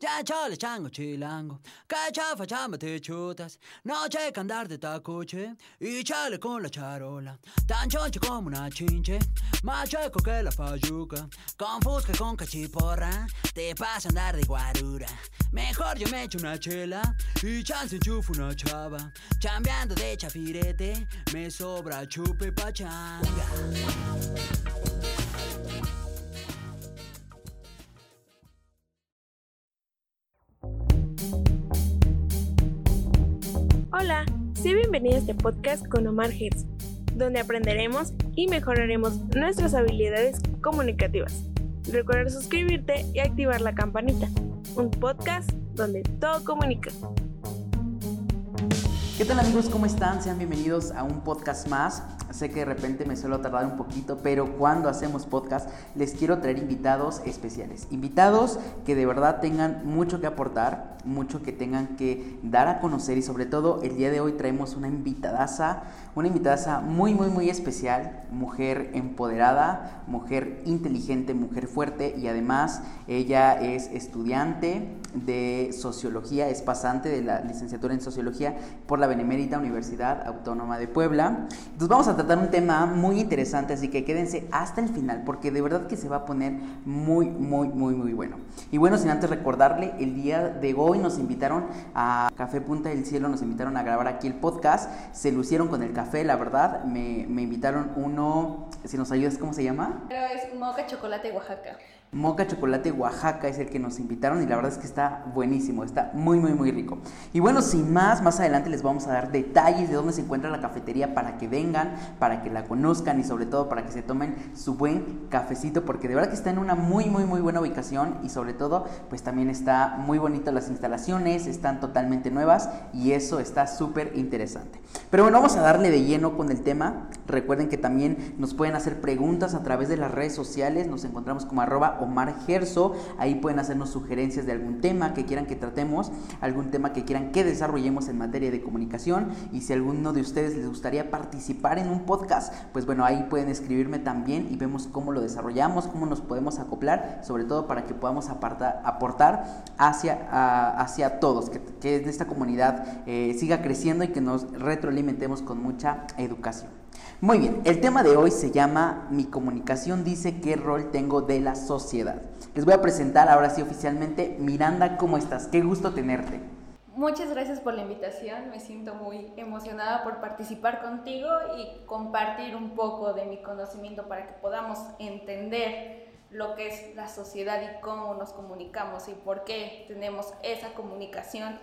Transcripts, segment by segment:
Ya chale chango chilango, cachafa chamba te chutas, noche que andar de tacuche y chale con la charola, tan choncho como una chinche, más chueco que la fayuca, con fusca con cachiporra, te pasa andar de guarura. Mejor yo me echo una chela y chance enchufo una chava, chambeando de chafirete, me sobra chupe pachanga. Hola, sé bienvenido a este podcast con Omar Gerso, donde aprenderemos y mejoraremos nuestras habilidades comunicativas. Recuerda suscribirte y activar la campanita. Un podcast donde todo comunica. ¿Qué tal amigos? ¿Cómo están? Sean bienvenidos a un podcast más. Sé que de repente me suelo tardar un poquito, pero cuando hacemos podcast les quiero traer invitados especiales. Invitados que de verdad tengan mucho que aportar, mucho que tengan que dar a conocer y sobre todo el día de hoy traemos una invitadaza muy especial, mujer empoderada, mujer inteligente, mujer fuerte y además ella es estudiante de sociología, es pasante de la licenciatura en sociología por la Benemérita Universidad Autónoma de Puebla. Entonces vamos a tratar un tema muy interesante, así que quédense hasta el final porque de verdad que se va a poner muy bueno. Y bueno, sin antes recordarle, el día de hoy nos invitaron a Café Punta del Cielo, nos invitaron a grabar aquí el podcast, se lucieron con el café, la verdad, me invitaron uno, si nos ayudas, ¿cómo se llama? Pero es Moca Chocolate Oaxaca. Moca Chocolate Oaxaca es el que nos invitaron y la verdad es que está buenísimo, está muy rico. Y bueno, sin más adelante les vamos a dar detalles de dónde se encuentra la cafetería para que vengan, para que la conozcan y sobre todo para que se tomen su buen cafecito porque de verdad que está en una muy buena ubicación y sobre todo pues también está muy bonita las instalaciones, están totalmente nuevas y eso está súper interesante. Pero bueno, vamos a darle de lleno con el tema. Recuerden que también nos pueden hacer preguntas a través de las redes sociales, nos encontramos como @Omar Gerso, ahí pueden hacernos sugerencias de algún tema que quieran que tratemos, algún tema que quieran que desarrollemos en materia de comunicación y si a alguno de ustedes les gustaría participar en un podcast, pues bueno, ahí pueden escribirme también y vemos cómo lo desarrollamos, cómo nos podemos acoplar, sobre todo para que podamos aportar hacia todos, que esta comunidad siga creciendo y que nos retroalimentemos con mucha educación. Muy bien, el tema de hoy se llama Mi comunicación dice qué rol tengo de la sociedad. Les voy a presentar ahora sí oficialmente. Miranda, ¿cómo estás? Qué gusto tenerte. Muchas gracias por la invitación, me siento muy emocionada por participar contigo y compartir un poco de mi conocimiento para que podamos entender lo que es la sociedad y cómo nos comunicamos y por qué tenemos esa comunicación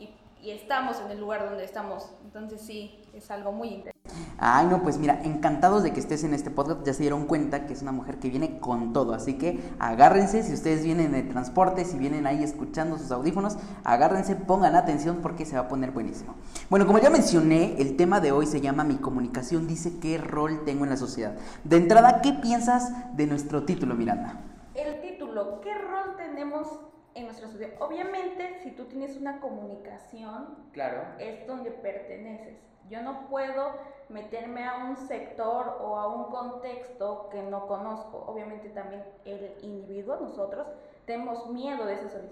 y estamos en el lugar donde estamos. Entonces sí, es algo muy interesante. Ay, no, pues mira, encantados de que estés en este podcast. Ya se dieron cuenta que es una mujer que viene con todo, así que agárrense, si ustedes vienen de transporte, si vienen ahí escuchando sus audífonos, agárrense, pongan atención porque se va a poner buenísimo. Bueno, como ya mencioné, el tema de hoy se llama Mi comunicación dice qué rol tengo en la sociedad. De entrada, ¿qué piensas de nuestro título, Miranda? El título, ¿qué rol tenemos en nuestra sociedad? Obviamente, si tú tienes una comunicación, Claro, es donde perteneces. Yo no puedo meterme a un sector o a un contexto que no conozco. Obviamente también el individuo, nosotros, tenemos miedo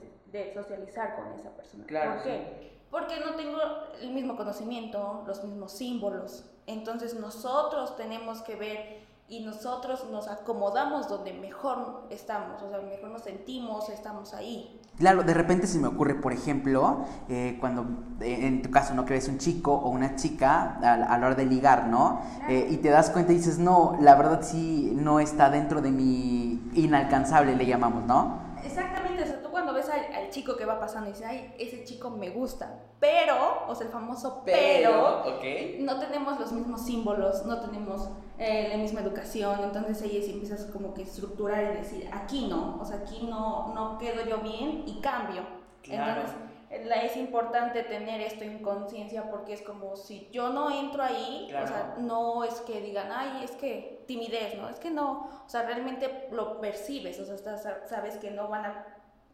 de socializar con esa persona. claro. ¿Por qué? Porque no tengo el mismo conocimiento, los mismos símbolos. Entonces nosotros tenemos que ver y nosotros nos acomodamos donde mejor estamos, o sea, mejor nos sentimos, estamos ahí. Claro, de repente se me ocurre, por ejemplo, cuando en tu caso, ¿no? Que ves un chico o una chica a la hora de ligar, ¿no? Y te das cuenta y dices, no, la verdad sí no está dentro de mi inalcanzable, le llamamos, ¿no? Exactamente, o sea, tú cuando ves al chico que va pasando y dices, ay, ese chico me gusta, pero, o sea, el famoso pero, okay. no tenemos los mismos símbolos, no tenemos la misma educación, entonces ahí sí empiezas como que estructurar y decir, aquí no, o sea, aquí no quedo yo bien y cambio. Claro. Entonces, es importante tener esto en conciencia porque es como si yo no entro ahí, Claro. O sea, no es que digan, ay, es que timidez, ¿no? Es que no, o sea, realmente lo percibes, o sea, sabes que no van a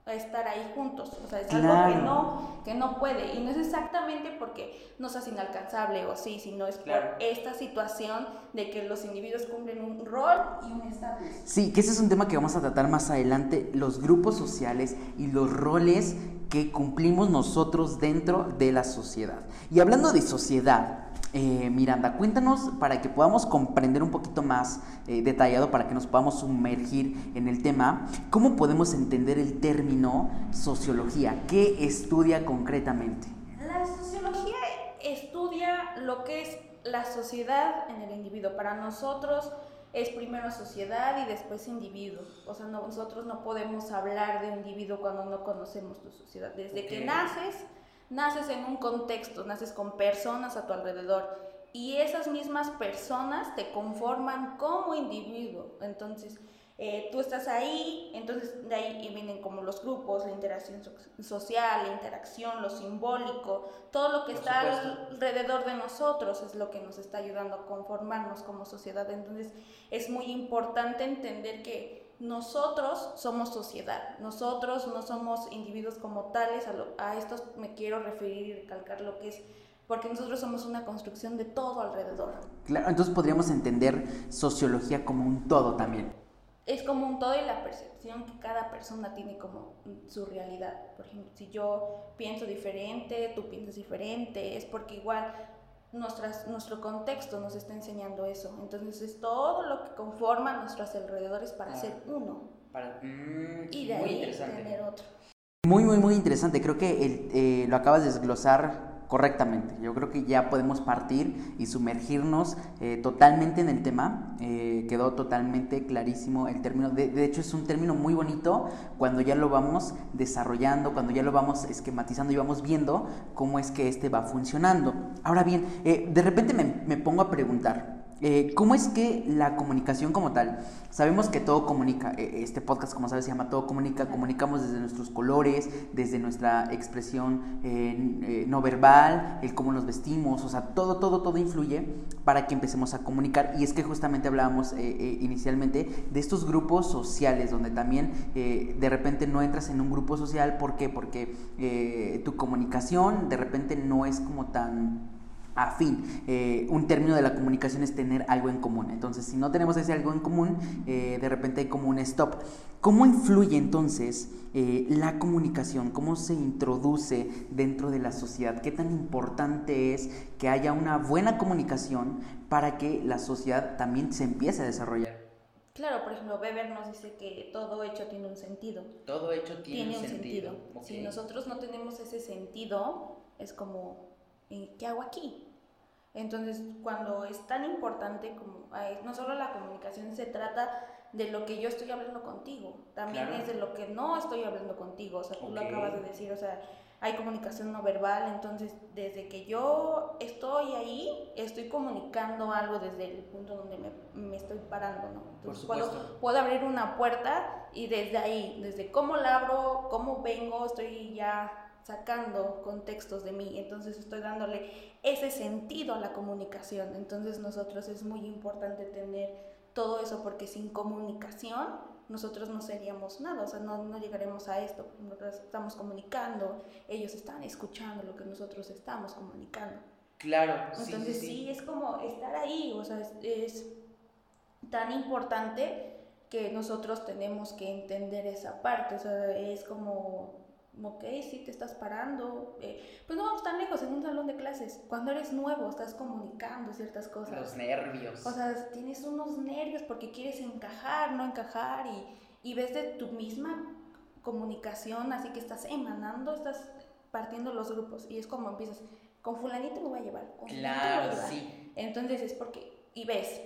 estar ahí juntos, o sea, es Claro. algo que no puede, y no es exactamente porque no seas inalcanzable o sí, sino es Claro. por esta situación de que los individuos cumplen un rol y un estatus. Sí, que ese es un tema que vamos a tratar más adelante, los grupos sociales y los roles que cumplimos nosotros dentro de la sociedad. Y hablando de sociedad, Miranda, cuéntanos para que podamos comprender un poquito más detallado, para que nos podamos sumergir en el tema, ¿cómo podemos entender el término sociología? ¿Qué estudia concretamente? La sociología estudia lo que es la sociedad en el individuo. Para nosotros es primero sociedad y después individuo. O sea, nosotros no podemos hablar de un individuo cuando no conocemos tu sociedad. Desde que naces en un contexto, naces con personas a tu alrededor y esas mismas personas te conforman como individuo. Entonces, tú estás ahí, entonces de ahí vienen como los grupos, la interacción social, la interacción, lo simbólico, todo lo que está alrededor de nosotros es lo que nos está ayudando a conformarnos como sociedad. Entonces es muy importante entender que nosotros somos sociedad, nosotros no somos individuos como tales. A esto me quiero referir y recalcar lo que es, porque nosotros somos una construcción de todo alrededor. Claro, entonces podríamos entender sociología como un todo también. Es como un todo y la percepción que cada persona tiene como su realidad. Por ejemplo, si yo pienso diferente, tú piensas diferente, es porque igual nuestro contexto nos está enseñando eso. Entonces es todo lo que conforma nuestros alrededores para ser uno. Y de ahí tener otro. Muy, muy, muy interesante. Creo que lo acabas de desglosar correctamente. Yo creo que ya podemos partir y sumergirnos totalmente en el tema. Quedó totalmente clarísimo el término. De hecho, es un término muy bonito cuando ya lo vamos desarrollando, cuando ya lo vamos esquematizando y vamos viendo cómo es que va funcionando. Ahora bien, de repente me pongo a preguntar, ¿cómo es que la comunicación como tal? Sabemos que todo comunica. Este podcast, como sabes, se llama Todo Comunica. Comunicamos desde nuestros colores, desde nuestra expresión no verbal, el cómo nos vestimos. O sea, todo influye para que empecemos a comunicar. Y es que justamente hablábamos inicialmente de estos grupos sociales, donde también de repente no entras en un grupo social. ¿Por qué? Porque tu comunicación de repente no es como tan afín. Un término de la comunicación es tener algo en común. Entonces, si no tenemos ese algo en común, de repente hay como un stop. ¿Cómo influye entonces la comunicación? ¿Cómo se introduce dentro de la sociedad? ¿Qué tan importante es que haya una buena comunicación para que la sociedad también se empiece a desarrollar? Claro, por ejemplo, Weber nos dice que todo hecho tiene un sentido. Todo hecho tiene un sentido. Okay. Si nosotros no tenemos ese sentido, es como, ¿qué hago aquí? Entonces, cuando es tan importante como no solo la comunicación se trata de lo que yo estoy hablando contigo, también es de lo que no estoy hablando contigo. O sea, tú lo acabas de decir, o sea, hay comunicación no verbal. Entonces, desde que yo estoy ahí, estoy comunicando algo desde el punto donde me estoy parando, ¿no? Entonces, puedo abrir una puerta y desde ahí, desde cómo la abro, cómo vengo, estoy ya sacando contextos de mí. Entonces estoy dándole ese sentido a la comunicación. Entonces nosotros es muy importante tener todo eso, porque sin comunicación nosotros no seríamos nada. O sea, no llegaremos a esto. Nosotros estamos comunicando, ellos están escuchando lo que nosotros estamos comunicando. Claro. Entonces sí, es como estar ahí. O sea, es tan importante que nosotros tenemos que entender esa parte. O sea, es como, ok, sí te estás parando, pues no vamos tan lejos, en un salón de clases, cuando eres nuevo estás comunicando ciertas cosas. Los nervios. O sea, tienes unos nervios porque quieres encajar, no encajar, y ves de tu misma comunicación, así que estás emanando, estás partiendo los grupos, y es como empiezas, con fulanito me voy a llevar, con fulanito me voy a llevar. Sí. Entonces es porque, y ves,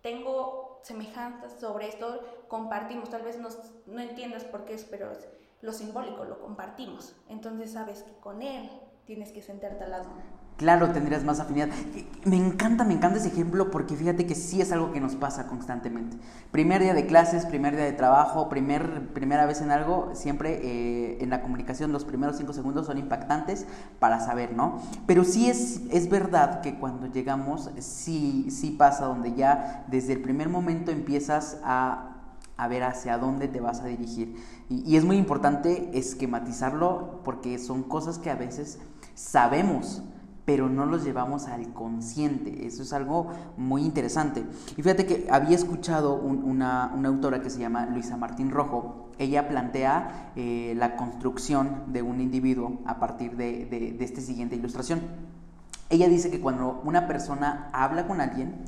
tengo semejanzas sobre esto, compartimos, tal vez no entiendas por qué es, pero lo simbólico lo compartimos. Entonces sabes que con él tienes que sentarte al lado. Claro, tendrías más afinidad. Me encanta ese ejemplo, porque fíjate que sí es algo que nos pasa constantemente. Primer día de clases, primer día de trabajo, primera vez en algo, siempre en la comunicación los primeros 5 segundos son impactantes para saber, ¿no? Pero sí es verdad que cuando llegamos, sí pasa, donde ya desde el primer momento empiezas a a ver hacia dónde te vas a dirigir. Y es muy importante esquematizarlo porque son cosas que a veces sabemos, pero no los llevamos al consciente. Eso es algo muy interesante. Y fíjate que había escuchado una autora que se llama Luisa Martín Rojo. Ella plantea la construcción de un individuo a partir de esta siguiente ilustración. Ella dice que cuando una persona habla con alguien,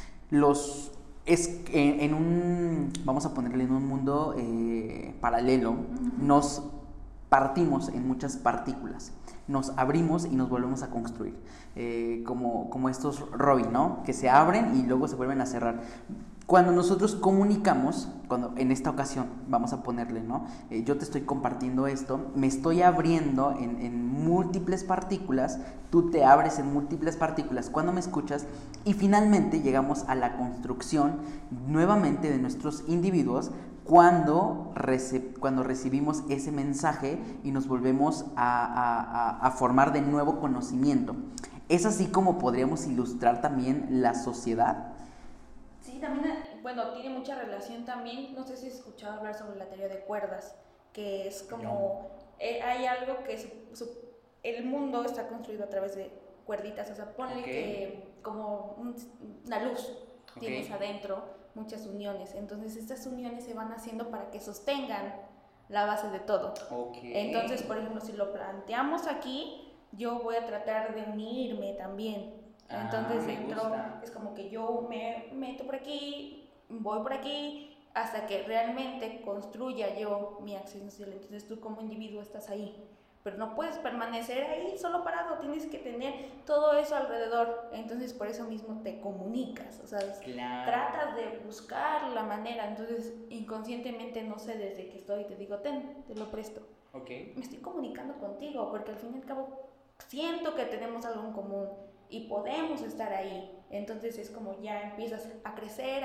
vamos a ponerle en un mundo paralelo, nos partimos en muchas partículas, nos abrimos y nos volvemos a construir, como estos Robin, ¿no? Que se abren y luego se vuelven a cerrar. Cuando nosotros comunicamos, en esta ocasión, vamos a ponerle, ¿no? Yo te estoy compartiendo esto, me estoy abriendo en múltiples partículas, tú te abres en múltiples partículas cuando me escuchas, y finalmente llegamos a la construcción nuevamente de nuestros individuos cuando recibimos ese mensaje y nos volvemos a formar de nuevo conocimiento. Es así como podríamos ilustrar también la sociedad. Sí, también, bueno, tiene mucha relación también, no sé si has escuchado hablar sobre la teoría de cuerdas, que es como, hay algo que el mundo está construido a través de cuerditas, o sea, ponle que como una luz tienes adentro, muchas uniones, entonces estas uniones se van haciendo para que sostengan la base de todo. Entonces, por ejemplo, si lo planteamos aquí, yo voy a tratar de unirme también. Entonces es como que yo me meto por aquí, voy por aquí, hasta que realmente construya yo mi acción social. Entonces tú como individuo estás ahí, pero no puedes permanecer ahí solo parado, tienes que tener todo eso alrededor. Entonces por eso mismo te comunicas, o sea, tratas de buscar la manera. Entonces inconscientemente, no sé, desde que estoy te digo, te lo presto. Me estoy comunicando contigo porque al fin y al cabo siento que tenemos algo en común y podemos estar ahí. Entonces es como ya empiezas a crecer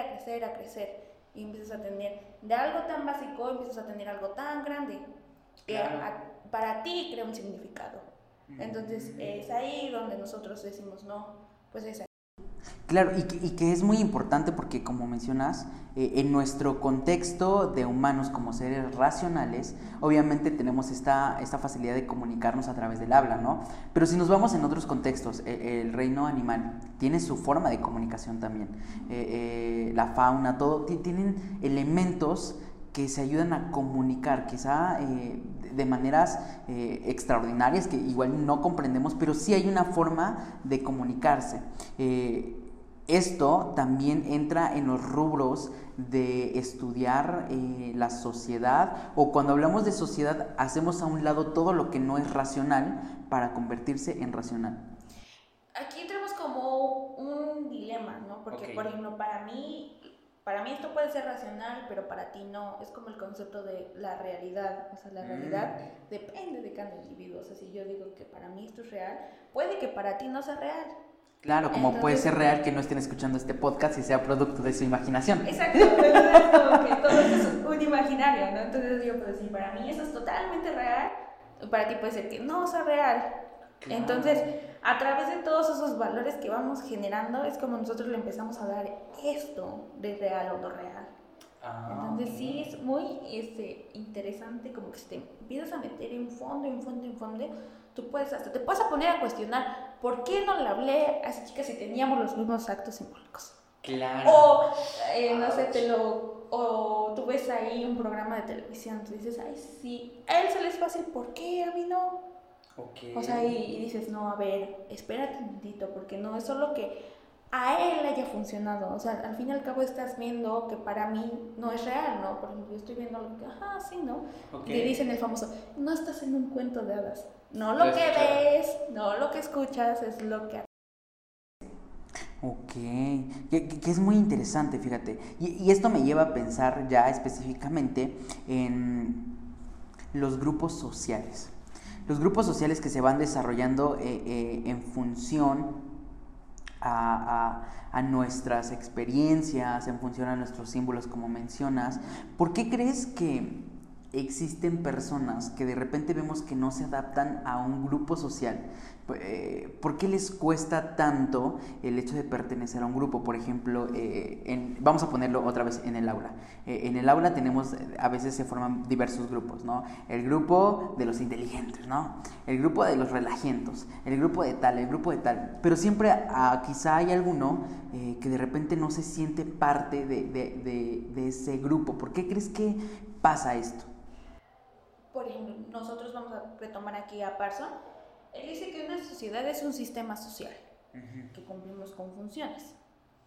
y empiezas a tener de algo tan básico, empiezas a tener algo tan grande que para ti crea un significado. Entonces es ahí donde nosotros decimos, no, pues es ahí. Claro, y que es muy importante porque, como mencionas, en nuestro contexto de humanos como seres racionales, obviamente tenemos esta facilidad de comunicarnos a través del habla, ¿no? Pero si nos vamos en otros contextos, el reino animal tiene su forma de comunicación también. La fauna, todo, tienen elementos que se ayudan a comunicar, quizá de maneras extraordinarias que igual no comprendemos, pero sí hay una forma de comunicarse. Esto también entra en los rubros de estudiar la sociedad, o cuando hablamos de sociedad hacemos a un lado todo lo que no es racional para convertirse en racional. Aquí entramos como un dilema, ¿no? Porque, por ejemplo, para mí esto puede ser racional, pero para ti no. Es como el concepto de la realidad. O sea, la realidad depende de cada individuo. O sea, si yo digo que para mí esto es real, puede que para ti no sea real. Claro, como entonces, puede ser real que no estén escuchando este podcast y sea producto de su imaginación. Exacto, entonces es como que todo eso es un imaginario, ¿no? Entonces yo puedo decir, para mí eso es totalmente real, para ti puede ser que no sea real. Claro. Entonces, a través de todos esos valores que vamos generando, es como nosotros le empezamos a dar esto de real o no real. Entonces sí es muy interesante, como que si te empiezas a meter en fondo, tú te puedes poner a cuestionar ¿por qué no le hablé a esa chica si teníamos los mismos actos simbólicos? Claro. O no sé, o tú ves ahí un programa de televisión, tú dices, ay sí, a él se le es fácil, ¿por qué a mí no? O sea, y dices, no, a ver, espérate un momentito, porque no es solo que a él haya funcionado, o sea, al fin y al cabo estás viendo que para mí no es real, ¿no? Por ejemplo, yo estoy viendo lo que, sí, ¿no? Que dicen el famoso, no estás en un cuento de hadas, no lo que ves, no lo que escuchas, es lo que... Ok, que es muy interesante, fíjate, y esto me lleva a pensar ya específicamente en los grupos sociales. Los grupos sociales que se van desarrollando en función a nuestras experiencias, en función a nuestros símbolos, como mencionas. ¿Por qué crees que existen personas que de repente vemos que no se adaptan a un grupo social. ¿Por qué les cuesta tanto el hecho de pertenecer a un grupo? Por ejemplo, vamos a ponerlo otra vez en el aula. En el aula tenemos, a veces se forman diversos grupos, ¿no? El grupo de los inteligentes, ¿no? El grupo de los relajientos, el grupo de tal. Pero siempre quizá hay alguno que de repente no se siente parte de ese grupo. ¿Por qué crees que pasa esto? Por ejemplo, nosotros vamos a retomar aquí a Parson. Él dice que una sociedad es un sistema social, que cumplimos con funciones.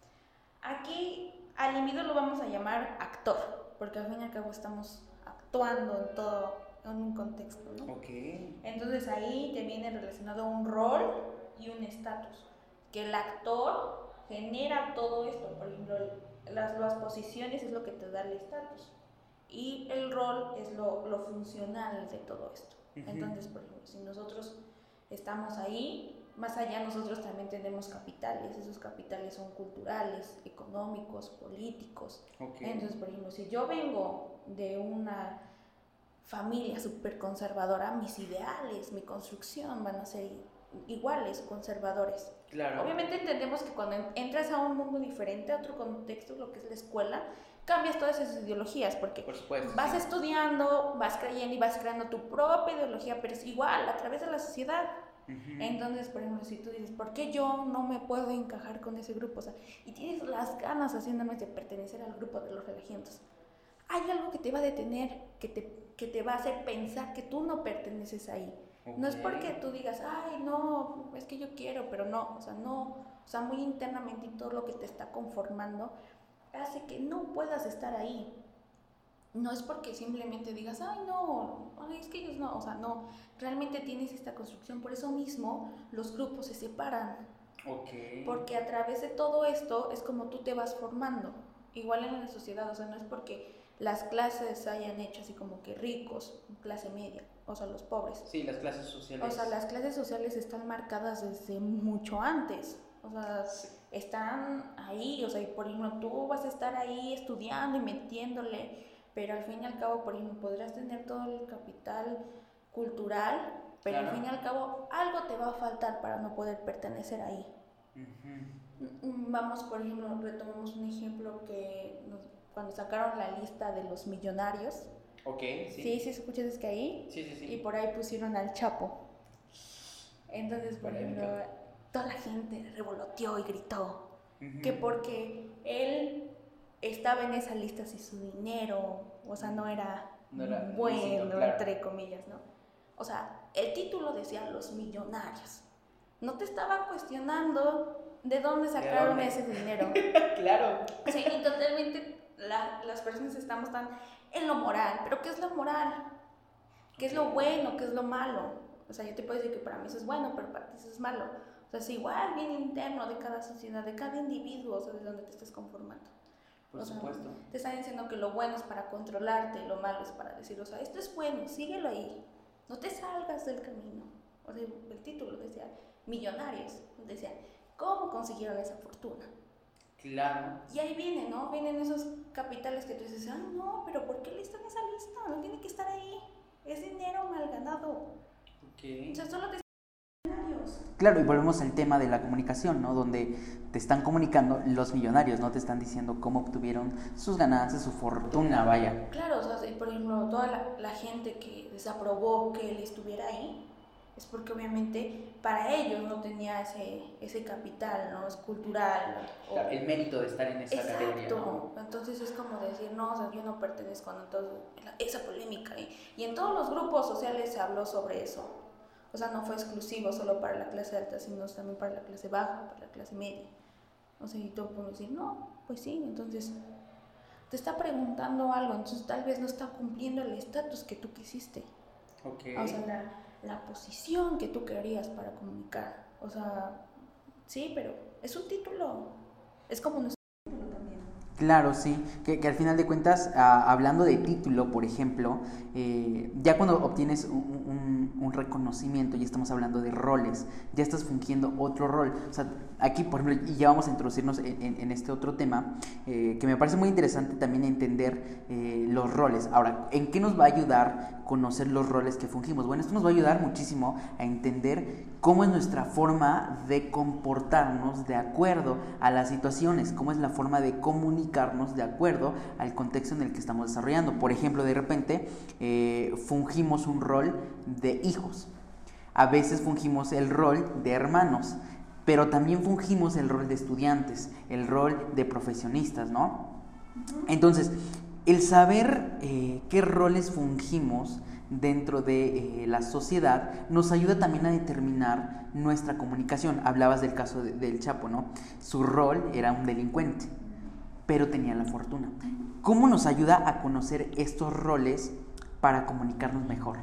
Aquí al individuo lo vamos a llamar actor, porque al fin y al cabo estamos actuando en todo, en un contexto, ¿no? Okay. Entonces ahí te viene relacionado un rol y un estatus, que el actor genera todo esto. Por ejemplo, las posiciones es lo que te da el estatus, y el rol es lo funcional de todo esto. Entonces, por ejemplo, si nosotros estamos ahí, más allá nosotros también tenemos capitales. Esos capitales son culturales, económicos, políticos. Entonces, por ejemplo, si yo vengo de una familia súper conservadora, mis ideales, mi construcción van a ser iguales, conservadores. Claro. Obviamente entendemos que cuando entras a un mundo diferente, a otro contexto, lo que es la escuela, cambias todas esas ideologías, porque vas estudiando, vas creyendo y vas creando tu propia ideología, pero es igual a través de la sociedad. Entonces, por ejemplo, si tú dices, ¿por qué yo no me puedo encajar con ese grupo? O sea, y tienes las ganas haciéndome de pertenecer al grupo de los relajientos, hay algo que te va a detener, que te va a hacer pensar que tú no perteneces ahí. No es porque tú digas, ay, no, es que yo quiero, pero no, o sea, muy internamente, y todo lo que te está conformando hace que no puedas estar ahí. No es porque simplemente digas, ay, no, ay, es que ellos no, o sea, no, realmente tienes esta construcción. Por eso mismo los grupos se separan. Porque a través de todo esto es como tú te vas formando. Igual en la sociedad, o sea, no es porque las clases se hayan hecho así como que ricos, clase media, o sea, los pobres. Sí, las clases sociales. O sea, las clases sociales están marcadas desde mucho antes. O sea, están ahí, o sea, y por ejemplo, tú vas a estar ahí estudiando y metiéndole, pero al fin y al cabo, por ejemplo, podrás tener todo el capital cultural, pero al fin y al cabo algo te va a faltar para no poder pertenecer ahí. Vamos, por ejemplo, retomamos un ejemplo que cuando sacaron la lista de los millonarios. Sí, escuchas, es que ahí, sí. Y por ahí pusieron al Chapo. Entonces, por ejemplo, toda la gente revoloteó y gritó que porque él estaba en esa lista sin su dinero, o sea, no era bueno, lícito, claro, entre comillas, ¿no? O sea, el título decía los millonarios. No te estaba cuestionando de dónde sacaron ese dinero. Claro. Sí, y totalmente las personas estamos tan en lo moral. ¿Pero qué es lo moral? ¿Qué es lo bueno? ¿Qué es lo malo? O sea, yo te puedo decir que para mí eso es bueno, pero para ti eso es malo. O sea, es igual, bien interno de cada sociedad, de cada individuo, o sea, de donde te estés conformando. Por supuesto. Te están diciendo que lo bueno es para controlarte, lo malo es para decir, o sea, esto es bueno, síguelo ahí, no te salgas del camino. O sea, el título decía, millonarios, decía, ¿cómo consiguieron esa fortuna? Claro. Y ahí viene, ¿no? Vienen esos capitales que tú dices, ah, no, pero ¿por qué él está en esa lista? No tiene que estar ahí, es dinero mal ganado. O sea, solo te... Claro, y volvemos al tema de la comunicación, ¿no? Donde te están comunicando los millonarios, no te están diciendo cómo obtuvieron sus ganancias, su fortuna, vaya. Claro, o sea, por ejemplo, toda la gente que desaprobó que él estuviera ahí, es porque obviamente para ellos no tenía ese capital, ¿no? Es cultural. Claro, el mérito de estar en esa categoría, ¿no? Entonces es como decir, no, o sea, yo no pertenezco a esa polémica. Y en todos los grupos sociales se habló sobre eso. O sea, no fue exclusivo solo para la clase alta, sino también para la clase baja, para la clase media. O sea, y todo puedo decir, no, pues sí, entonces te está preguntando algo, entonces tal vez no está cumpliendo el estatus que tú quisiste. O sea, la posición que tú querías para comunicar. O sea, sí, pero es un título. Es como nuestro título también. Claro, sí, que al final de cuentas, hablando de título, por ejemplo, ya cuando obtienes un un reconocimiento, ya estamos hablando de roles, ya estás fungiendo otro rol. O sea, aquí, por ejemplo, y ya vamos a introducirnos en este otro tema, que me parece muy interesante también entender los roles. Ahora, ¿en qué nos va a ayudar conocer los roles que fungimos? Bueno, esto nos va a ayudar muchísimo a entender cómo es nuestra forma de comportarnos de acuerdo a las situaciones, cómo es la forma de comunicarnos de acuerdo al contexto en el que estamos desarrollando. Por ejemplo, de repente fungimos un rol de hijos, a veces fungimos el rol de hermanos, pero también fungimos el rol de estudiantes, el rol de profesionistas, ¿no? Entonces, el saber qué roles fungimos dentro de la sociedad nos ayuda también a determinar nuestra comunicación. Hablabas del caso del Chapo, ¿no? Su rol era un delincuente, pero tenía la fortuna. ¿Cómo nos ayuda a conocer estos roles para comunicarnos mejor?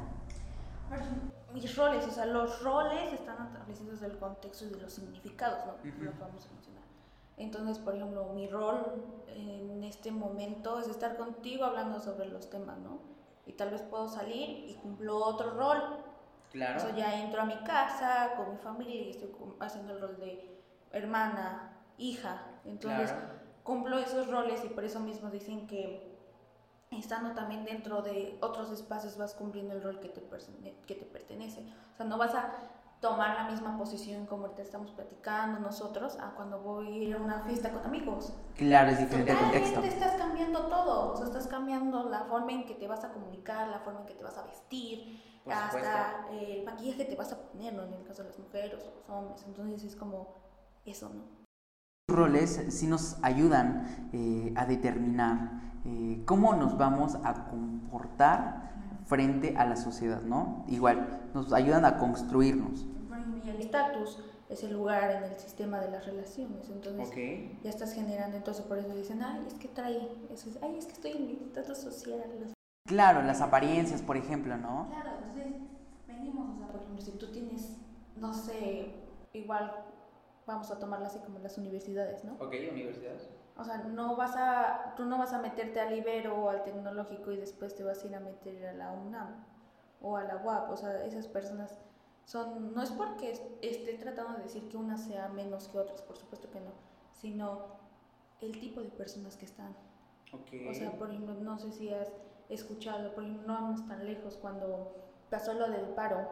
Mis roles, o sea, los roles están establecidos del contexto y de los significados, ¿no? Lo que vamos a mencionar. Entonces, por ejemplo, mi rol en este momento es estar contigo hablando sobre los temas, ¿no? Y tal vez puedo salir y cumplo otro rol. Claro. O sea, ya entro a mi casa con mi familia y estoy haciendo el rol de hermana, hija. Entonces, cumplo esos roles y por eso mismo dicen que estando también dentro de otros espacios vas cumpliendo el rol que te pertenece. O sea, no vas a tomar la misma posición como te estamos platicando nosotros a cuando voy a ir a una fiesta con amigos. Claro, es diferente el contexto. Totalmente estás cambiando todo, o sea, estás cambiando la forma en que te vas a comunicar, la forma en que te vas a vestir, hasta el maquillaje que te vas a poner, ¿no? En el caso de las mujeres o los hombres, entonces es como eso, ¿no? Los roles sí nos ayudan a determinar cómo nos vamos a comportar frente a la sociedad, ¿no? Igual, nos ayudan a construirnos. Y el estatus es el lugar en el sistema de las relaciones, entonces ya estás generando, entonces por eso dicen, ay, es que trae, eso es, ay, es que estoy en mi estatus social. Claro, las apariencias, por ejemplo, ¿no? Claro, entonces venimos, o sea, por ejemplo, si tú tienes, no sé, igual vamos a tomarla así como las universidades, ¿no? Ok, universidades. O sea, tú no vas a meterte al Ibero o al Tecnológico y después te vas a ir a meter a la UNAM o a la UAP. O sea, esas personas son, no es porque esté tratando de decir que unas sea menos que otras, por supuesto que no, sino el tipo de personas que están. O sea, por ejemplo, no sé si has escuchado, por ejemplo, no vamos tan lejos cuando pasó lo del paro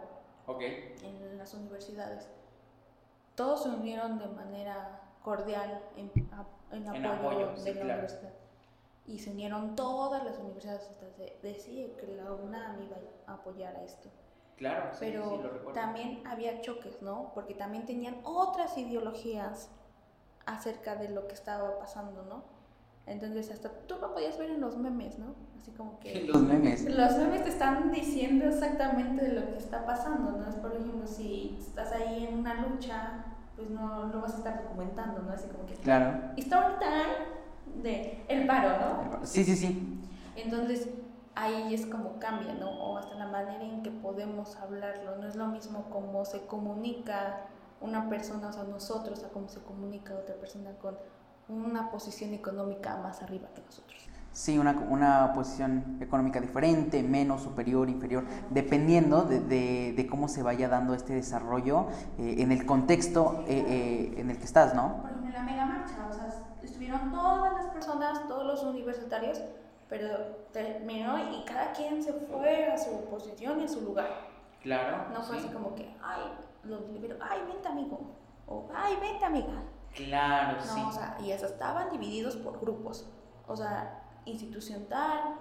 en las universidades. Todos se unieron de manera cordial en apoyo de la universidad. Y se unieron todas las universidades, hasta se decía que la UNAM iba a apoyar a esto. Claro, pero sí, lo recuerdo. También había choques, ¿no? Porque también tenían otras ideologías acerca de lo que estaba pasando, ¿no? Entonces hasta tú lo podías ver en los memes, ¿no? Así como que... Los memes. Los memes te están diciendo exactamente de lo que está pasando, ¿no? Es, por ejemplo, si estás ahí en una lucha, pues no lo vas a estar documentando, ¿no? Así como que... Claro. Story time de el paro, ¿no? Sí. Entonces ahí es como cambia, ¿no? O hasta la manera en que podemos hablarlo. No es lo mismo como se comunica una persona, o sea, nosotros, a cómo se comunica otra persona con una posición económica más arriba que nosotros. Sí, una posición económica diferente, menos, superior, inferior, dependiendo de cómo se vaya dando este desarrollo en el contexto en el que estás, ¿no? Por ejemplo, en la mega marcha, o sea, estuvieron todas las personas, todos los universitarios, pero terminó y cada quien se fue a su posición y a su lugar. Claro. No fue así como que, ay, los liberó, ay, vente amigo, o ay, vente amiga. Claro, no, sí. O sea, y esos estaban divididos por grupos, o sea, institución tal.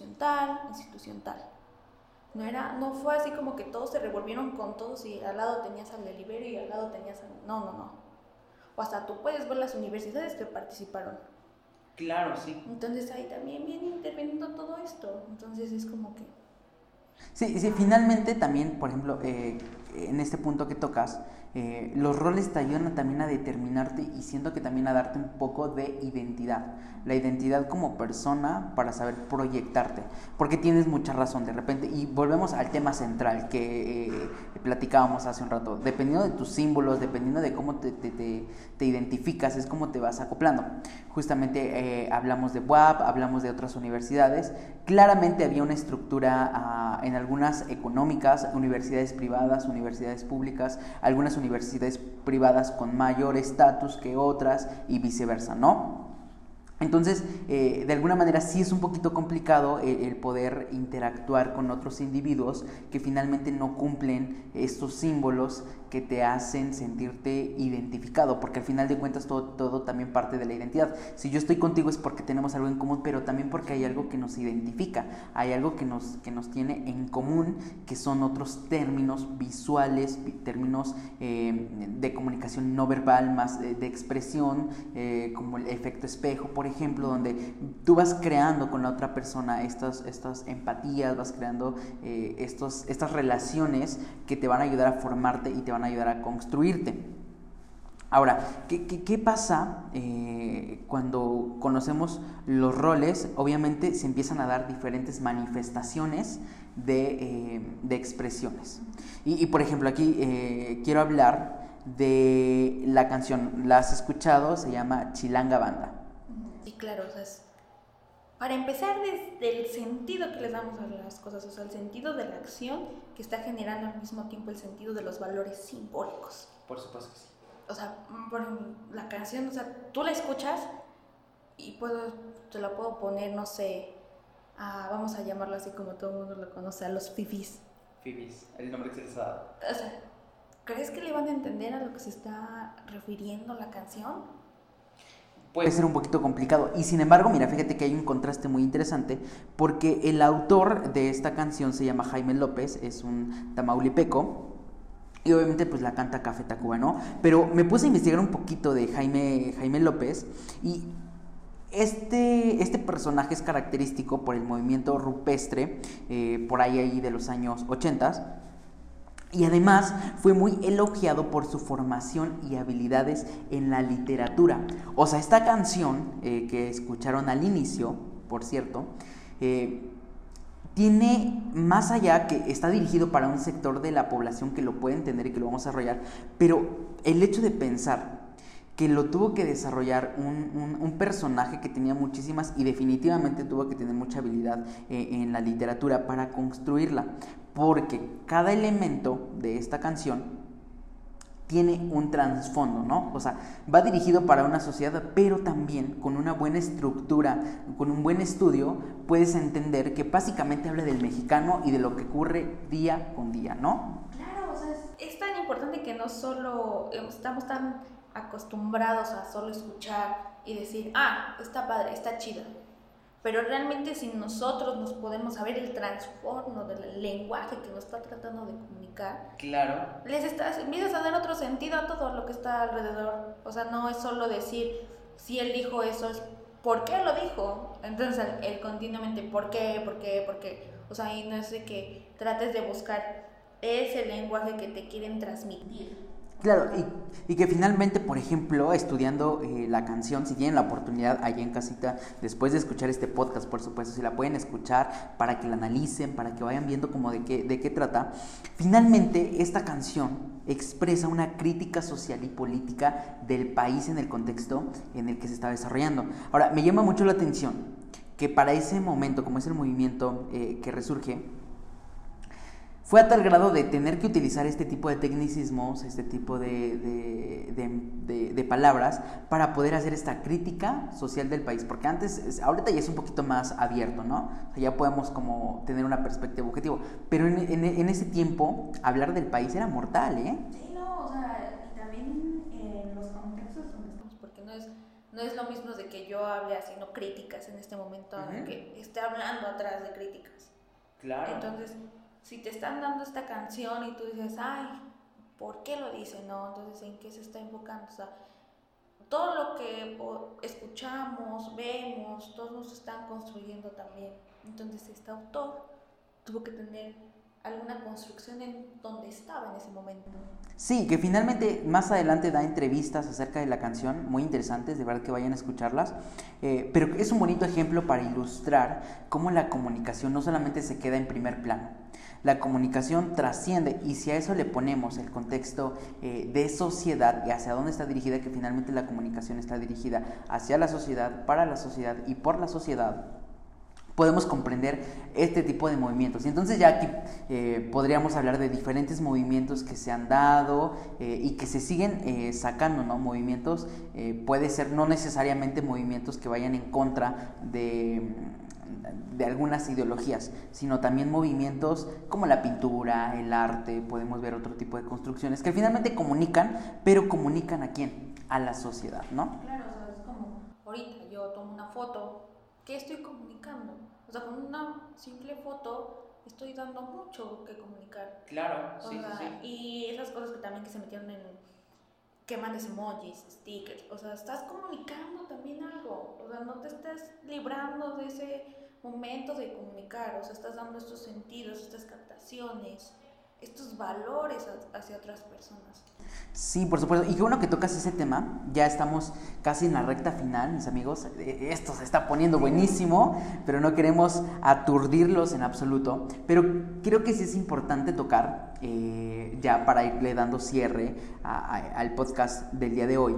No fue así como que todos se revolvieron con todos y al lado tenías al del Ibero y al lado tenías al... No. O hasta tú puedes ver las universidades que participaron. Claro, sí. Entonces ahí también viene interviniendo todo esto. Entonces es como que... Sí, finalmente también, por ejemplo, en este punto que tocas, los roles te ayudan también a determinarte y siento que también a darte un poco de identidad. La identidad como persona para saber proyectarte. Porque tienes mucha razón de repente. Y volvemos al tema central que platicábamos hace un rato. Dependiendo de tus símbolos, dependiendo de cómo te identificas, es como te vas acoplando. Justamente hablamos de UAP, hablamos de otras universidades. Claramente había una estructura en algunas económicas, universidades privadas, universidades públicas, algunas universidades privadas con mayor estatus que otras y viceversa, ¿no? Entonces, de alguna manera sí es un poquito complicado el poder interactuar con otros individuos que finalmente no cumplen estos símbolos que te hacen sentirte identificado, porque al final de cuentas todo también parte de la identidad. Si yo estoy contigo es porque tenemos algo en común, pero también porque hay algo que nos identifica, hay algo que nos tiene en común, que son otros términos visuales, términos de comunicación no verbal, más de expresión, como el efecto espejo, por ejemplo, donde tú vas creando con la otra persona estas empatías, vas creando estas relaciones que te van a ayudar a formarte y te van a ayudar a construirte. Ahora, ¿qué pasa cuando conocemos los roles? Obviamente se empiezan a dar diferentes manifestaciones de expresiones. Y por ejemplo, aquí quiero hablar de la canción. ¿La has escuchado? Se llama Chilanga Banda. Sí, claro, o sea, para empezar desde el sentido que les damos a las cosas, o sea, el sentido de la acción que está generando al mismo tiempo el sentido de los valores simbólicos. Por supuesto que sí. O sea, por ejemplo, la canción, o sea, tú la escuchas y te la puedo poner, no sé, vamos a llamarlo así como todo el mundo lo conoce, a los fifís. Fifís, el nombre que se les ha dado. O sea, ¿crees que le van a entender a lo que se está refiriendo la canción? Puede ser un poquito complicado y sin embargo, mira, fíjate que hay un contraste muy interesante porque el autor de esta canción se llama Jaime López, es un tamaulipeco y obviamente pues la canta Café Tacuba, ¿no? Pero me puse a investigar un poquito de Jaime López y este personaje es característico por el movimiento rupestre por ahí de los años 80. Y además fue muy elogiado por su formación y habilidades en la literatura. O sea, esta canción que escucharon al inicio, por cierto, tiene más allá que está dirigido para un sector de la población que lo puede entender y que lo vamos a desarrollar, pero el hecho de pensar que lo tuvo que desarrollar un personaje que tenía muchísimas y definitivamente tuvo que tener mucha habilidad en la literatura para construirla, porque cada elemento de esta canción tiene un trasfondo, ¿no? O sea, va dirigido para una sociedad, pero también con una buena estructura, con un buen estudio, puedes entender que básicamente habla del mexicano y de lo que ocurre día con día, ¿no? Claro, o sea, es tan importante que no solo estamos tan acostumbrados a solo escuchar y decir, está padre, está chida. Pero realmente si nosotros nos podemos saber el trasfondo del lenguaje que nos está tratando de comunicar, claro, empiezas a dar otro sentido a todo lo que está alrededor. O sea, no es solo decir, si él dijo eso, es ¿por qué lo dijo? Entonces, él continuamente, ¿por qué? O sea, y no es de que trates de buscar ese lenguaje que te quieren transmitir. Claro, y que finalmente, por ejemplo, estudiando la canción, si tienen la oportunidad allá en casita, después de escuchar este podcast, por supuesto, si la pueden escuchar para que la analicen, para que vayan viendo como de qué trata, finalmente esta canción expresa una crítica social y política del país en el contexto en el que se está desarrollando. Ahora, me llama mucho la atención que para ese momento, como es el movimiento que resurge, fue a tal grado de tener que utilizar este tipo de tecnicismos, este tipo de palabras para poder hacer esta crítica social del país, porque ahorita ya es un poquito más abierto, ¿no? O sea, ya podemos como tener una perspectiva objetiva, pero en ese tiempo hablar del país era mortal, ¿eh? Sí, no, o sea, y también en los contextos donde estamos, porque no es lo mismo de que yo hable haciendo críticas en este momento, que esté hablando atrás de críticas. Claro. Entonces, si te están dando esta canción y tú dices, ¿por qué lo dice? No, entonces, ¿en qué se está enfocando? O sea, todo lo que escuchamos, vemos, todos nos están construyendo también. Entonces, este autor tuvo que tener alguna construcción en donde estaba en ese momento. Sí, que finalmente más adelante da entrevistas acerca de la canción, muy interesantes, de verdad que vayan a escucharlas, pero es un bonito ejemplo para ilustrar cómo la comunicación no solamente se queda en primer plano, la comunicación trasciende, y si a eso le ponemos el contexto de sociedad y hacia dónde está dirigida, que finalmente la comunicación está dirigida hacia la sociedad, para la sociedad y por la sociedad, podemos comprender este tipo de movimientos. Y entonces ya aquí podríamos hablar de diferentes movimientos que se han dado y que se siguen sacando, ¿no? Movimientos, puede ser no necesariamente movimientos que vayan en contra de algunas ideologías, sino también movimientos como la pintura, el arte, podemos ver otro tipo de construcciones que finalmente comunican, pero comunican ¿a quién? A la sociedad, ¿no? Claro, o sea, es como ahorita yo tomo una foto, ¿qué estoy comunicando? O sea, con una simple foto estoy dando mucho que comunicar. Claro, sí. Y esas cosas que también que se metieron en que mandes emojis, stickers, o sea, estás comunicando también algo, o sea, no te estás librando de ese momento de comunicar, o sea, estás dando estos sentidos, estas captaciones, estos valores hacia otras personas. Sí, por supuesto, y qué bueno que tocas ese tema, ya estamos casi en la recta final, mis amigos, esto se está poniendo buenísimo, pero no queremos aturdirlos en absoluto, pero creo que sí es importante tocar, ya para irle dando cierre al podcast del día de hoy,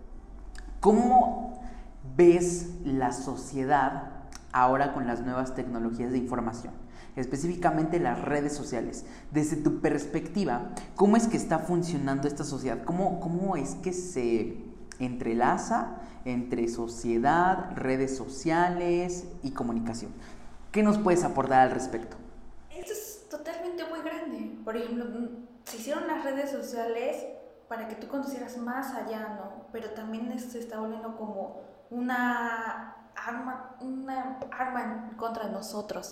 ¿cómo ves la sociedad ahora con las nuevas tecnologías de información? Específicamente las redes sociales. Desde tu perspectiva, ¿cómo es que está funcionando esta sociedad? ¿Cómo es que se entrelaza entre sociedad, redes sociales y comunicación? ¿Qué nos puedes aportar al respecto? Esto es totalmente muy grande. Por ejemplo, se hicieron las redes sociales para que tú conocieras más allá, ¿no? Pero también se está volviendo como una arma en contra de nosotros.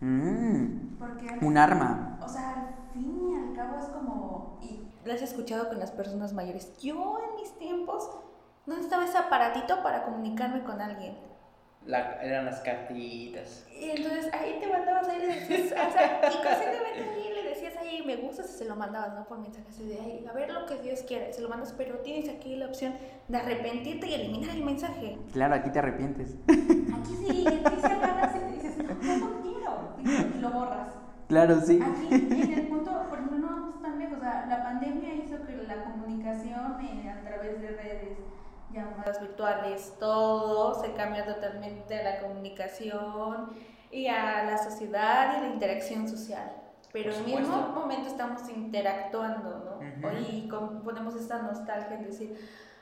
Porque un arma. O sea, al fin y al cabo es como... Y lo has escuchado con las personas mayores. Yo en mis tiempos no necesitaba ese aparatito para comunicarme con alguien. Eran las cartitas. Y entonces ahí te mandabas ahí, le decías, o sea, y conscientemente ahí le decías ahí, me gustas, y se lo mandabas, ¿no? Por mensaje así de ahí, a ver lo que Dios quiere, se lo mandas, pero tienes aquí la opción de arrepentirte y eliminar el mensaje. Claro, aquí te arrepientes. Aquí sí, aquí se agarras y te dices, no quiero, y lo borras. Claro, sí. Aquí en el punto, por ejemplo, no vamos tan lejos, o sea, la pandemia hizo que la comunicación a través de redes, llamadas virtuales, todo se cambia totalmente a la comunicación y a la sociedad y a la interacción social. Pero en el mismo momento estamos interactuando, ¿no? Uh-huh. Y ponemos esta nostalgia en decir,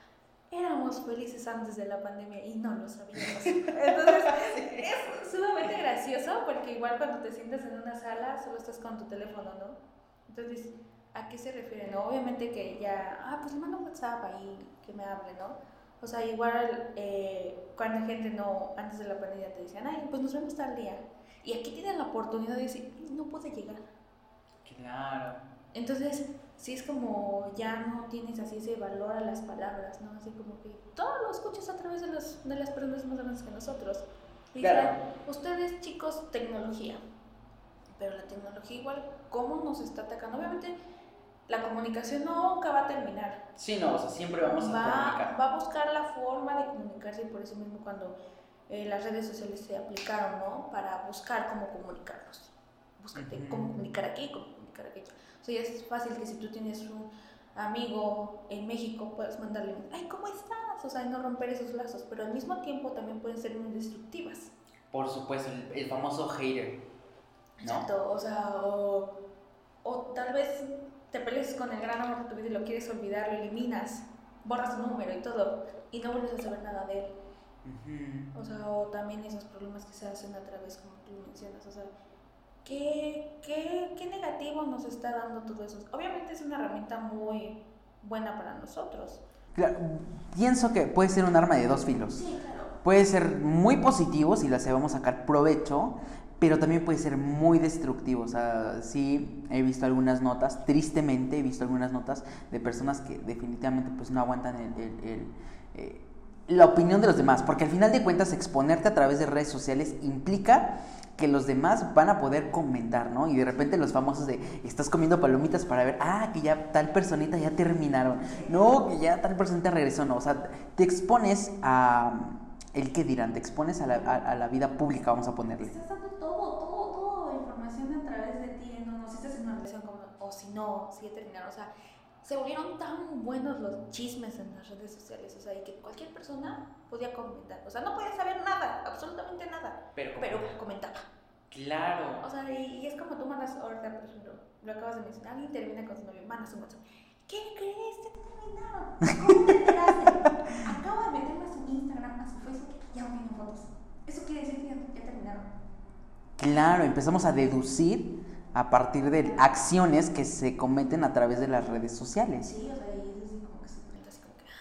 éramos felices antes de la pandemia y no lo sabíamos. Entonces, es sumamente gracioso porque igual cuando te sientas en una sala solo estás con tu teléfono, ¿no? Entonces, ¿a qué se refiere? ¿No? Obviamente que ya, pues le mando WhatsApp ahí que me hable, ¿no? O sea, igual cuando gente no, antes de la pandemia te decían, ay, pues nos vemos tal día. Y aquí tienen la oportunidad de decir, no pude llegar. Claro. Entonces, sí es como ya no tienes así ese valor a las palabras, ¿no? Así como que todo lo escuchas a través de las personas más grandes que nosotros. Y claro. Ustedes, chicos, tecnología. Pero la tecnología igual, ¿cómo nos está atacando? Obviamente, la comunicación nunca va a terminar. Sí, no, o sea, siempre vamos a comunicar. Va a buscar la forma de comunicarse, y por eso mismo cuando las redes sociales se aplicaron, ¿no? Para buscar cómo comunicarnos. Búscate cómo comunicar aquí, cómo comunicar aquello. O sea, ya es fácil que si tú tienes un amigo en México, puedes mandarle, ay, ¿cómo estás? O sea, no romper esos lazos, pero al mismo tiempo también pueden ser muy destructivas. Por supuesto, el famoso hater, ¿no? Exacto, o sea, o tal vez te peleas con el gran amor de tu vida y lo quieres olvidar, lo eliminas, borras su número y todo, y no vuelves a saber nada de él. Uh-huh. O sea, o también esos problemas que se hacen a través, como tú mencionas, o sea, ¿qué negativo nos está dando todo eso? Obviamente es una herramienta muy buena para nosotros. Claro, pienso que puede ser un arma de dos filos. Sí, claro. Puede ser muy positivo si la sabemos sacar provecho, pero también puede ser muy destructivo. O sea, sí he visto algunas notas, tristemente he visto algunas notas de personas que definitivamente pues no aguantan la opinión de los demás, porque al final de cuentas exponerte a través de redes sociales implica que los demás van a poder comentar, ¿no? Y de repente los famosos de, estás comiendo palomitas para ver, que ya tal personita ya terminaron, no, que ya tal personita regresó, no, o sea, te expones a el que dirán, te expones a la vida pública, vamos a ponerle. Estás dando todo información a través de ti, no si estás en una relación o si no, si ya terminaron, o sea, se volvieron tan buenos los chismes en las redes sociales, o sea, y que cualquier persona podía comentar, o sea, no podía saber nada, absolutamente nada, pero comentaba. Claro. O sea, y es como tú mandas ahorita, por ejemplo, lo acabas de mencionar, alguien termina con su novio, mandas un WhatsApp. ¿Qué crees? Terminaron. ¿Cómo te enteraste? Acabo de meterme a su Instagram, a su Facebook, ya no tienen fotos. Eso quiere decir que ya terminaron. Claro, empezamos a deducir a partir de acciones que se cometen a través de las redes sociales. Sí, o sea, y es así como que se pregunta así como que,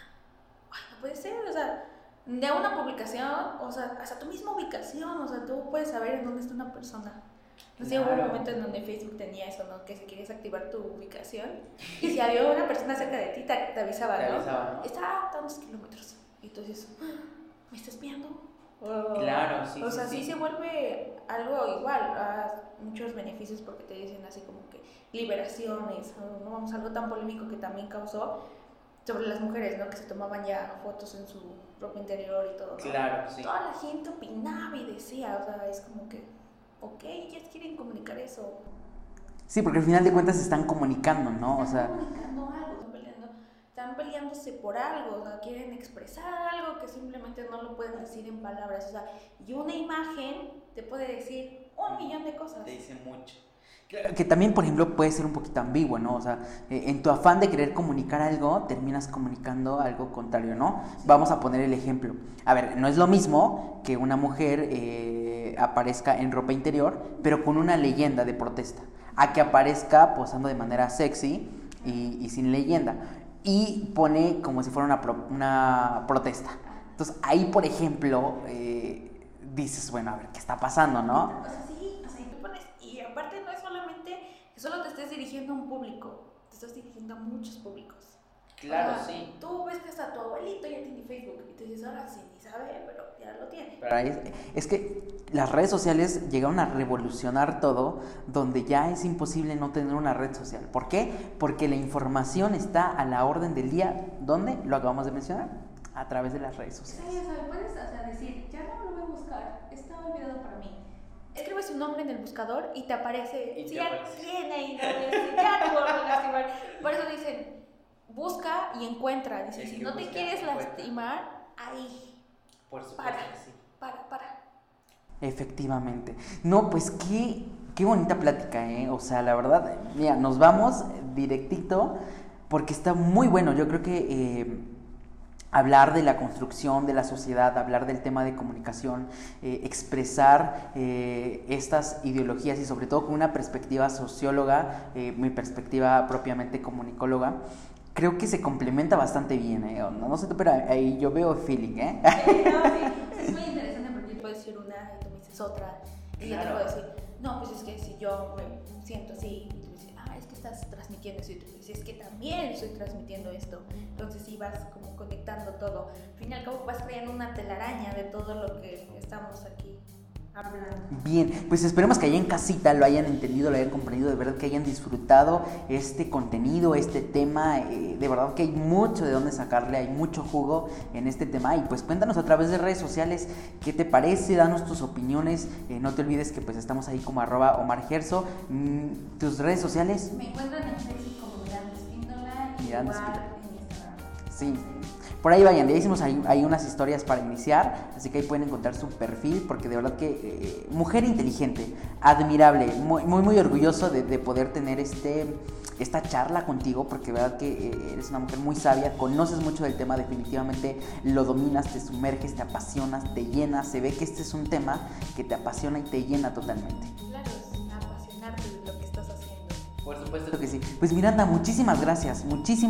no puede ser, o sea, de una publicación, o sea, hasta tu misma ubicación, o sea, tú puedes saber en dónde está una persona. No sé, hubo un momento en donde Facebook tenía eso, ¿no? Que si querías activar tu ubicación y si había una persona cerca de ti, te avisaba, ¿no? Está a tantos kilómetros. Y tú dices, ¿me estás viendo? Claro, sí. O sea, sí se vuelve algo igual, a muchos beneficios porque te dicen así como que liberaciones, no vamos, algo tan polémico que también causó sobre las mujeres, ¿no? Que se tomaban ya fotos en su ropa interior y todo, ¿no? Claro, sí. Toda la gente opinaba y decía, o sea, es como que, ok, ya quieren comunicar eso. Sí, porque al final de cuentas se están comunicando, ¿no? Están comunicando algo, están peleándose por algo, o sea, quieren expresar algo que simplemente no lo pueden decir en palabras, o sea, y una imagen te puede decir 1,000,000 de cosas. Te dice mucho. Que también, por ejemplo, puede ser un poquito ambiguo, ¿no? O sea, en tu afán de querer comunicar algo, terminas comunicando algo contrario, ¿no? Sí. Vamos a poner el ejemplo. A ver, no es lo mismo que una mujer aparezca en ropa interior, pero con una leyenda de protesta, a que aparezca posando de manera sexy y sin leyenda, y pone como si fuera una protesta. Entonces, ahí, por ejemplo, dices, bueno, a ver, ¿qué está pasando, no? O sea, sí, o sea, y tú pones, y aparte no es solamente que solo te estés dirigiendo a un público, te estás dirigiendo a muchos públicos. Claro, o sea, sí. Tú ves que hasta tu abuelito ya tiene Facebook y te dices, ahora sí, ni sabe, pero ya lo tiene. Pero es que las redes sociales llegaron a revolucionar todo, donde ya es imposible no tener una red social. ¿Por qué? Porque la información está a la orden del día. ¿Dónde? Lo acabamos de mencionar, a través de las redes sociales. Sí, o sea, puedes decir, ya no lo voy a buscar, está olvidado para mí. Escribes su nombre en el buscador y te aparece, si ya tiene y ya no vuelvo a lastimar. Por eso dicen, busca y encuentra. Dice, si no te quieres lastimar, ahí. Por supuesto, para. Efectivamente. No, pues qué bonita plática, ¿eh? O sea, la verdad, mira, nos vamos directito porque está muy bueno. Yo creo que hablar de la construcción de la sociedad, hablar del tema de comunicación, expresar estas ideologías y sobre todo con una perspectiva socióloga, mi perspectiva propiamente comunicóloga, creo que se complementa bastante bien, no sé tú, pero ahí yo veo feeling, ¿eh? Sí, es muy interesante porque yo puedo decir una y tú me dices otra, y yo te puedo decir, no, pues es que si yo me siento así, y tú me dices, es que estás transmitiendo eso, y tú me dices, es que también estoy transmitiendo esto, entonces sí vas como conectando todo, al fin y al cabo vas creando una telaraña de todo lo que estamos aquí hablando. Bien, pues esperemos que allá en casita lo hayan entendido, lo hayan comprendido, de verdad que hayan disfrutado este contenido, este tema, de verdad que hay mucho de dónde sacarle, hay mucho jugo en este tema y pues cuéntanos a través de redes sociales qué te parece, danos tus opiniones, no te olvides que pues estamos ahí como @OmarGerso, tus redes sociales. Me encuentran en Facebook como Miranda Espíndola y igual en Instagram. Sí. Por ahí vayan, ya hicimos ahí unas historias para iniciar, así que ahí pueden encontrar su perfil, porque de verdad que mujer inteligente, admirable, muy orgulloso de poder tener esta charla contigo, porque de verdad que eres una mujer muy sabia, conoces mucho del tema, definitivamente lo dominas, te sumerges, te apasionas, te llenas, se ve que este es un tema que te apasiona y te llena totalmente. Claro, es apasionarte de lo que estás haciendo. Por supuesto que sí. Pues Miranda, muchísimas gracias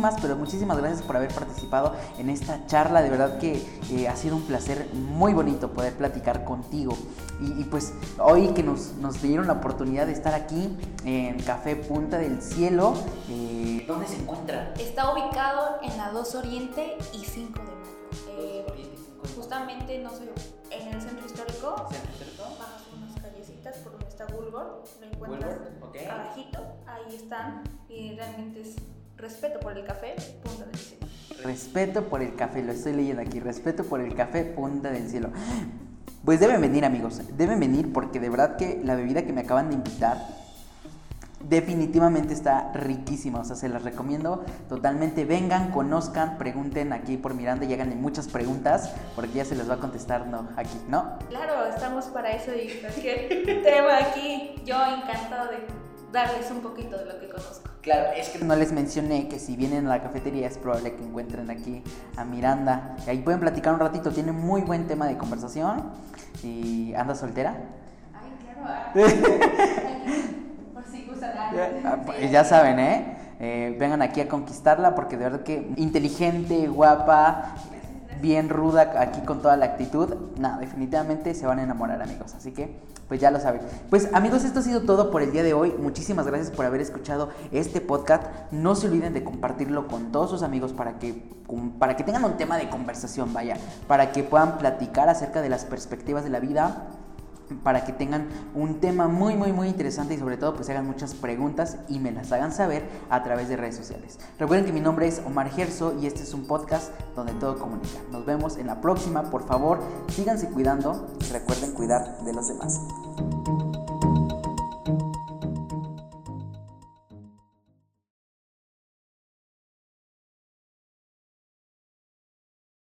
por haber participado en esta charla. De verdad que ha sido un placer muy bonito poder platicar contigo. Y pues hoy que nos dieron la oportunidad de estar aquí en Café Punta del Cielo. ¿Dónde se encuentra? Está ubicado en la 2 Oriente y 5 de Mayo. Justamente, no sé, en el centro histórico. Bajas unas callecitas casitas por donde está Woolworth, lo encuentras abajito, ahí están, y realmente es respeto por el café, Punta del Cielo. Respeto por el café, lo estoy leyendo aquí, respeto por el café, Punta del Cielo. Pues deben venir, amigos, deben venir porque de verdad que la bebida que me acaban de invitar definitivamente está riquísima, o sea, se las recomiendo totalmente. Vengan, conozcan, pregunten aquí por Miranda y háganle muchas preguntas porque ya se les va a contestar aquí, ¿no? Claro, estamos para eso y cualquier tema aquí, yo encantado de darles un poquito de lo que conozco. Claro, es que no les mencioné que si vienen a la cafetería es probable que encuentren aquí a Miranda. Y ahí pueden platicar un ratito, tiene muy buen tema de conversación. ¿Y anda soltera? Ay, claro. Por si gustan. Ya saben, vengan aquí a conquistarla porque de verdad que inteligente, guapa, bien ruda, aquí con toda la actitud. Nada, definitivamente se van a enamorar, amigos. Así que, pues ya lo saben. Pues amigos, esto ha sido todo por el día de hoy. Muchísimas gracias por haber escuchado este podcast. No se olviden de compartirlo con todos sus amigos para que tengan un tema de conversación, vaya, para que puedan platicar acerca de las perspectivas de la vida, para que tengan un tema muy muy muy interesante y sobre todo pues hagan muchas preguntas y me las hagan saber a través de redes sociales. Recuerden que mi nombre es Omar Gerso y este es un podcast donde todo comunica. Nos vemos en la próxima. Por favor, síganse cuidando y recuerden cuidar de los demás.